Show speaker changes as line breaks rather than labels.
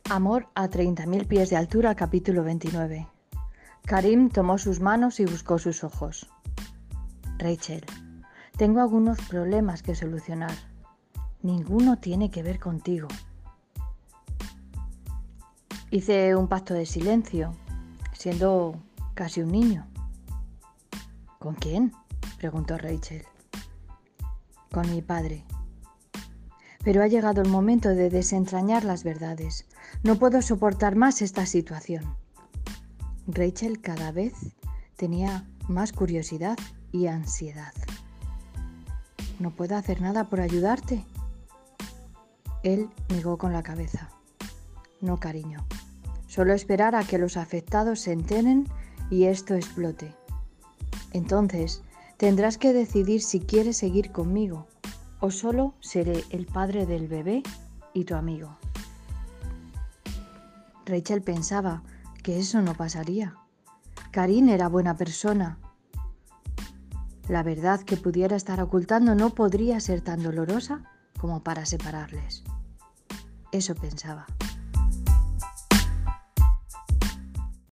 Amor a 30.000 pies de altura, capítulo 29. Karim tomó sus manos y buscó sus ojos. Rachel, tengo algunos problemas que solucionar. Ninguno tiene que ver contigo. Hice un pacto de silencio, siendo casi un niño. ¿Con quién?, preguntó Rachel. Con mi padre. Pero ha llegado el momento de desentrañar las verdades. No puedo soportar más esta situación. Rachel cada vez tenía más curiosidad y ansiedad. ¿No puedo hacer nada por ayudarte? Él negó con la cabeza. No, cariño. Solo esperar a que los afectados se enteren y esto explote. Entonces, tendrás que decidir si quieres seguir conmigo o solo seré el padre del bebé y tu amigo. Rachel pensaba que eso no pasaría. Karim era buena persona. La verdad que pudiera estar ocultando no podría ser tan dolorosa como para separarles. Eso pensaba.